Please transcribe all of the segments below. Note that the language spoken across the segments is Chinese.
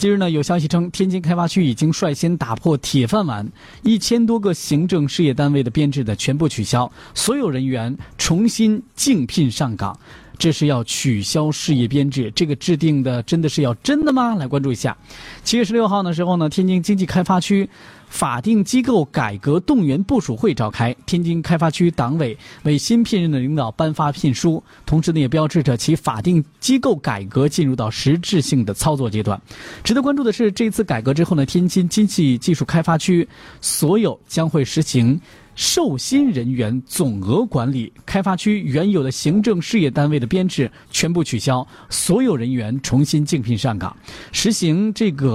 近日呢，有消息称，天津开发区已经率先打破铁饭碗，1000多个行政事业单位的编制的全部取消，所有人员重新竞聘上岗。这是要取消事业编制，这个制定的真的是要真的吗？来关注一下。7月16号的时候呢，天津经济开发区法定机构改革动员部署会召开，天津开发区党委为新聘任的领导颁发聘书，同时呢也标志着其法定机构改革进入到实质性的操作阶段。值得关注的是，这次改革之后呢，天津经济技术开发区所有将会实行受薪人员总额管理，开发区原有的行政事业单位的编制全部取消，所有人员重新竞聘上岗，实行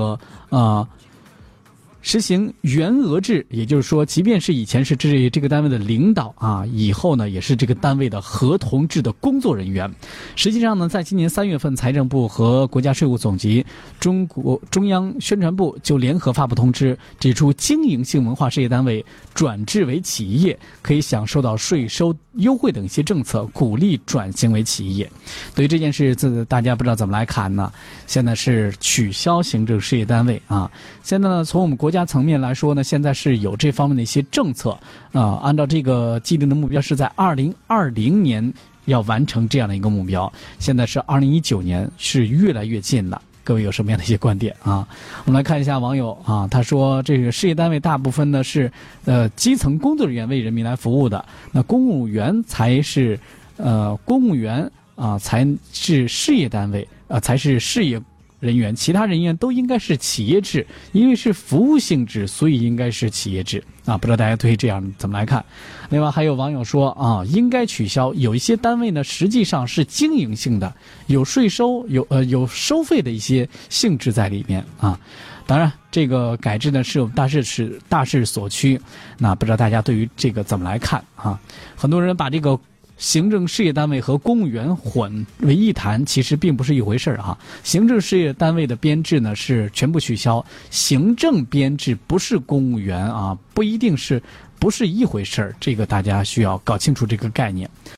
实行员额制，也就是说，即便是以前是这个单位的领导啊，以后呢也是这个单位的合同制的工作人员。实际上呢，在今年3月份，财政部和国家税务总局、中央宣传部就联合发布通知，指出经营性文化事业单位转制为企业，可以享受到税收优惠等一些政策，鼓励转型为企业。对于这件事，大家不知道怎么来看呢？现在是取消行政事业单位啊。现在呢，从我们国家层面来说呢，现在是有这方面的一些政策按照这个既定的目标是在2020年要完成这样的一个目标，现在是2019年，是越来越近了。各位有什么样的一些观点啊？我们来看一下网友啊，他说这个事业单位大部分呢是基层工作人员为人民来服务的，那公务员才是才是事业单位才是事业人员，其他人员都应该是企业制，因为是服务性质，所以应该是企业制啊。不知道大家对这样怎么来看？另外还有网友说啊，应该取消。有一些单位呢，实际上是经营性的，有税收、有收费的一些性质在里面啊。当然，这个改制呢是我们大势所趋。那不知道大家对于这个怎么来看啊？很多人把这个行政事业单位和公务员混为一谈，其实并不是一回事啊。行政事业单位的编制呢是全部取消，行政编制不是公务员啊，不是一回事，这个大家需要搞清楚这个概念。